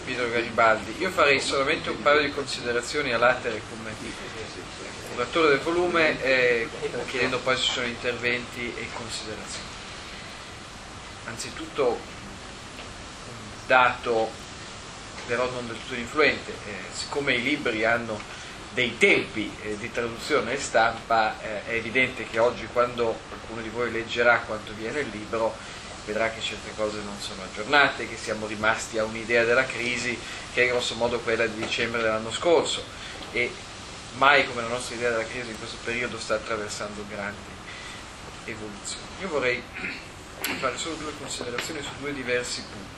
Pietro Garibaldi. Io farei solamente un paio di considerazioni a latere come curatore del volume, chiedendo poi se ci sono interventi e considerazioni. Anzitutto un dato però non del tutto influente, siccome i libri hanno dei tempi di traduzione e stampa, è evidente che oggi, quando qualcuno di voi leggerà quanto viene il libro, vedrà che certe cose non sono aggiornate, che siamo rimasti a un'idea della crisi che è grosso modo quella di dicembre dell'anno scorso, e mai come la nostra idea della crisi in questo periodo sta attraversando grandi evoluzioni. Io vorrei fare solo due considerazioni su due diversi punti.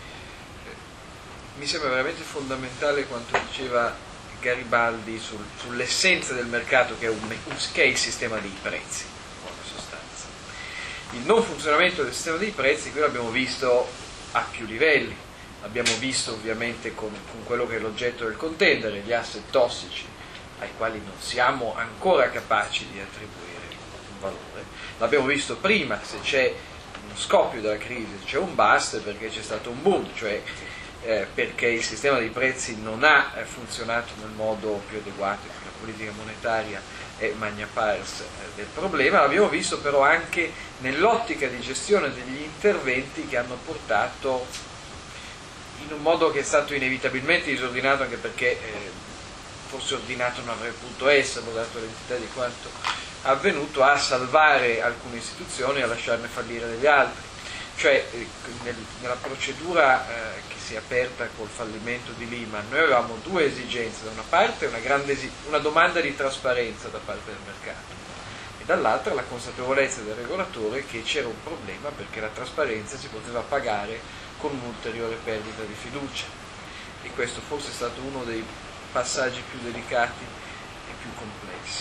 Mi sembra veramente fondamentale quanto diceva Garibaldi sull'essenza del mercato, che è il sistema dei prezzi, in sostanza. Il non funzionamento del sistema dei prezzi qui l'abbiamo visto a più livelli. L'abbiamo visto ovviamente con quello che è l'oggetto del contendere, gli asset tossici, ai quali non siamo ancora capaci di attribuire un valore. L'abbiamo visto prima, se c'è uno scoppio della crisi, c'è un bust perché c'è stato un boom, cioè perché il sistema dei prezzi non ha funzionato nel modo più adeguato, la politica monetaria è magna pars del problema. L'abbiamo visto però anche nell'ottica di gestione degli interventi che hanno portato, in un modo che è stato inevitabilmente disordinato, anche perché forse ordinato non avrebbe potuto esserlo dato l'entità di quanto avvenuto, a salvare alcune istituzioni e a lasciarne fallire degli altri. Cioè nella procedura che si è aperta col fallimento di Lehman, noi avevamo due esigenze: da una parte una domanda di trasparenza da parte del mercato, e dall'altra la consapevolezza del regolatore che c'era un problema, perché la trasparenza si poteva pagare con un'ulteriore perdita di fiducia, e questo forse è stato uno dei passaggi più delicati e più complessi.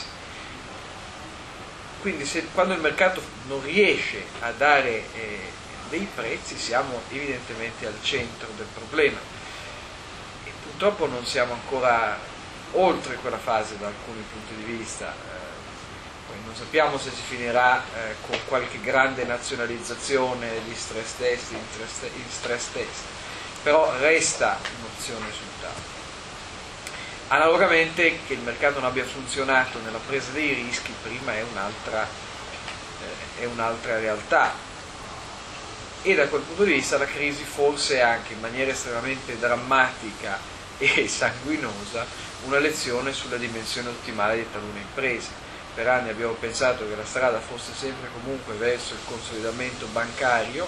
Quindi quando il mercato non riesce a dare dei prezzi, siamo evidentemente al centro del problema, e purtroppo non siamo ancora oltre quella fase da alcuni punti di vista. Poi non sappiamo se si finirà con qualche grande nazionalizzazione di stress test in stress test, però resta un'opzione sul tavolo. Analogamente, che il mercato non abbia funzionato nella presa dei rischi prima è un'altra realtà, e da quel punto di vista la crisi forse è anche in maniera estremamente drammatica e sanguinosa una lezione sulla dimensione ottimale di talune imprese. Per anni abbiamo pensato che la strada fosse sempre comunque verso il consolidamento bancario.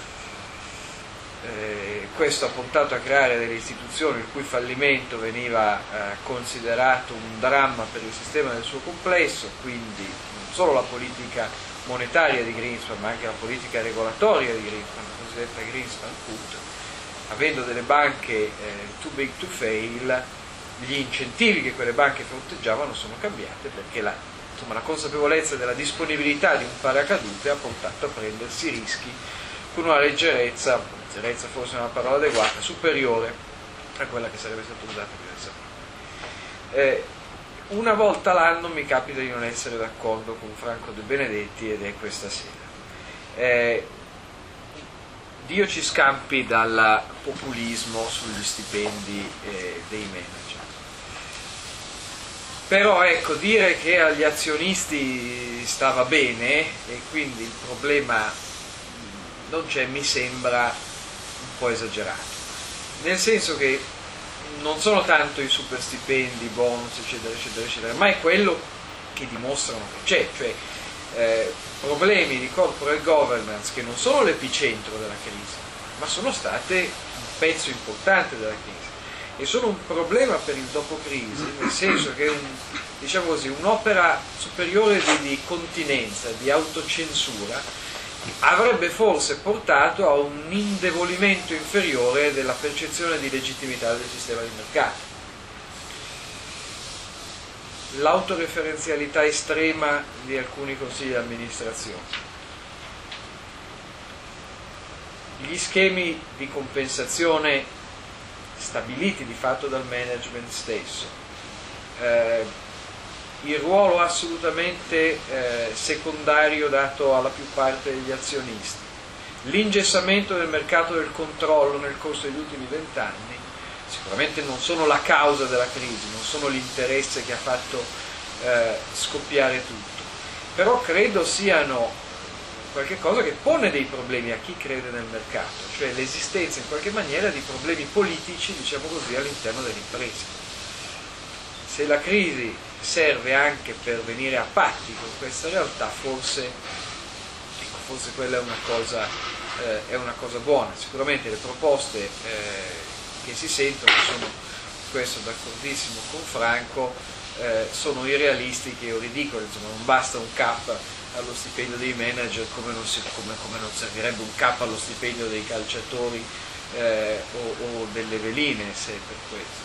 Questo ha portato a creare delle istituzioni il cui fallimento veniva considerato un dramma per il sistema nel suo complesso, quindi non solo la politica monetaria di Greenspan, ma anche la politica regolatoria di Greenspan, la cosiddetta Greenspan Put. Avendo delle banche too big to fail, gli incentivi che quelle banche fronteggiavano sono cambiati, perché la consapevolezza della disponibilità di un paracadute ha portato a prendersi rischi con una leggerezza forse è una parola adeguata, superiore a quella che sarebbe stata usata diversamente. Una volta l'anno mi capita di non essere d'accordo con Franco De Benedetti, ed è questa sera. Dio ci scampi dal populismo sugli stipendi dei manager. Però ecco, dire che agli azionisti stava bene e quindi il problema non c'è, mi sembra un po' esagerato, nel senso che non sono tanto i super stipendi, i bonus, eccetera, eccetera, eccetera, ma è quello che dimostrano che c'è, cioè problemi di corporate governance che non sono l'epicentro della crisi, ma sono state un pezzo importante della crisi, e sono un problema per il dopo crisi, nel senso che diciamo così, un'opera superiore di continenza, di autocensura, avrebbe forse portato a un indebolimento inferiore della percezione di legittimità del sistema di mercato. L'autoreferenzialità estrema di alcuni consigli di amministrazione, gli schemi di compensazione stabiliti di fatto dal management stesso, il ruolo assolutamente secondario dato alla più parte degli azionisti, l'ingessamento del mercato del controllo nel corso degli ultimi 20 anni, sicuramente non sono la causa della crisi, non sono l'interesse che ha fatto scoppiare tutto, però credo siano qualche cosa che pone dei problemi a chi crede nel mercato, cioè l'esistenza in qualche maniera di problemi politici, diciamo così, all'interno dell'impresa. Se la crisi serve anche per venire a patti con questa realtà, forse quella è una cosa buona. Sicuramente le proposte che si sentono sono, questo d'accordissimo con Franco, sono irrealistiche o ridicole, insomma non basta un cap allo stipendio dei manager come non servirebbe un cap allo stipendio dei calciatori o delle veline, se per questo.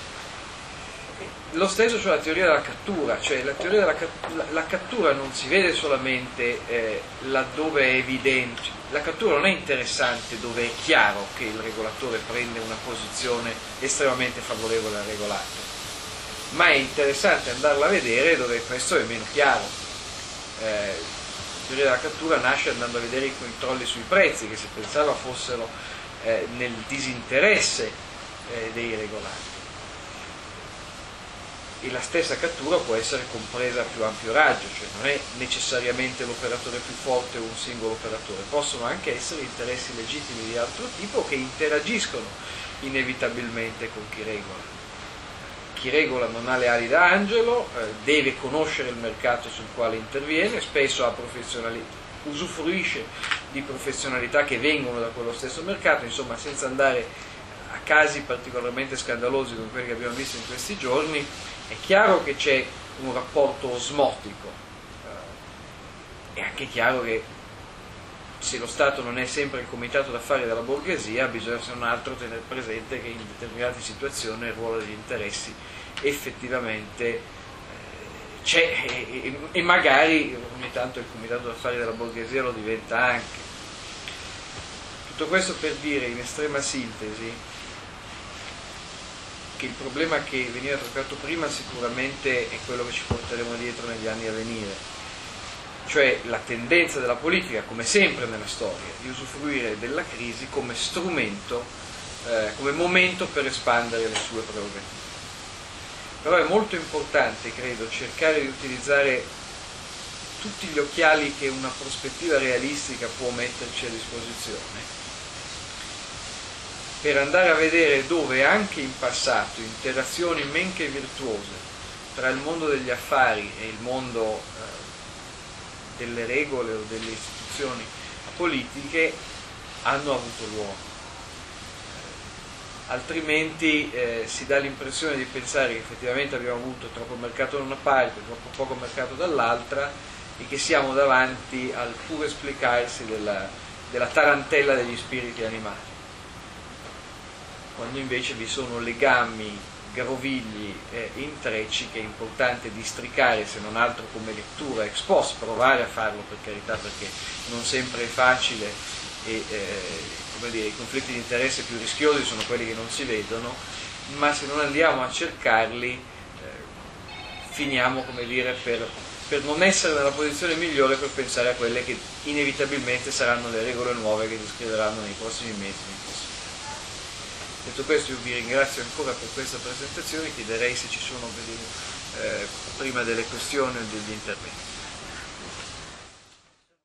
Lo stesso sulla teoria della cattura, cioè la cattura non si vede solamente laddove è evidente, la cattura non è interessante dove è chiaro che il regolatore prende una posizione estremamente favorevole al regolato, ma è interessante andarla a vedere dove questo è meno chiaro. La teoria della cattura nasce andando a vedere i controlli sui prezzi, che si pensava fossero nel disinteresse dei regolati. E la stessa cattura può essere compresa a più ampio raggio, cioè non è necessariamente l'operatore più forte o un singolo operatore, possono anche essere interessi legittimi di altro tipo che interagiscono inevitabilmente con chi regola. Chi regola non ha le ali da angelo, deve conoscere il mercato sul quale interviene, spesso usufruisce di professionalità che vengono da quello stesso mercato, insomma senza andare a casi particolarmente scandalosi come quelli che abbiamo visto in questi giorni. È chiaro che c'è un rapporto osmotico, è anche chiaro che se lo Stato non è sempre il comitato d'affari della borghesia, bisogna se non altro tenere presente che in determinate situazioni il ruolo degli interessi effettivamente c'è e magari ogni tanto il comitato d'affari della borghesia lo diventa anche. Tutto questo per dire in estrema sintesi che il problema che veniva toccato prima sicuramente è quello che ci porteremo dietro negli anni a venire, cioè la tendenza della politica, come sempre nella storia, di usufruire della crisi come strumento, come momento per espandere le sue prerogative. Però è molto importante, credo, cercare di utilizzare tutti gli occhiali che una prospettiva realistica può metterci a disposizione, per andare a vedere dove anche in passato interazioni men che virtuose tra il mondo degli affari e il mondo delle regole o delle istituzioni politiche hanno avuto luogo. Altrimenti si dà l'impressione di pensare che effettivamente abbiamo avuto troppo mercato da una parte, troppo poco mercato dall'altra e che siamo davanti al puro esplicarsi della tarantella degli spiriti animali, quando invece vi sono legami, grovigli e intrecci che è importante districare, se non altro come lettura ex post, provare a farlo per carità, perché non sempre è facile e come dire, i conflitti di interesse più rischiosi sono quelli che non si vedono, ma se non andiamo a cercarli finiamo, come dire, per non essere nella posizione migliore per pensare a quelle che inevitabilmente saranno le regole nuove che si scriveranno nei prossimi mesi. Detto questo, io vi ringrazio ancora per questa presentazione, chiederei se ci sono prima delle questioni o degli interventi.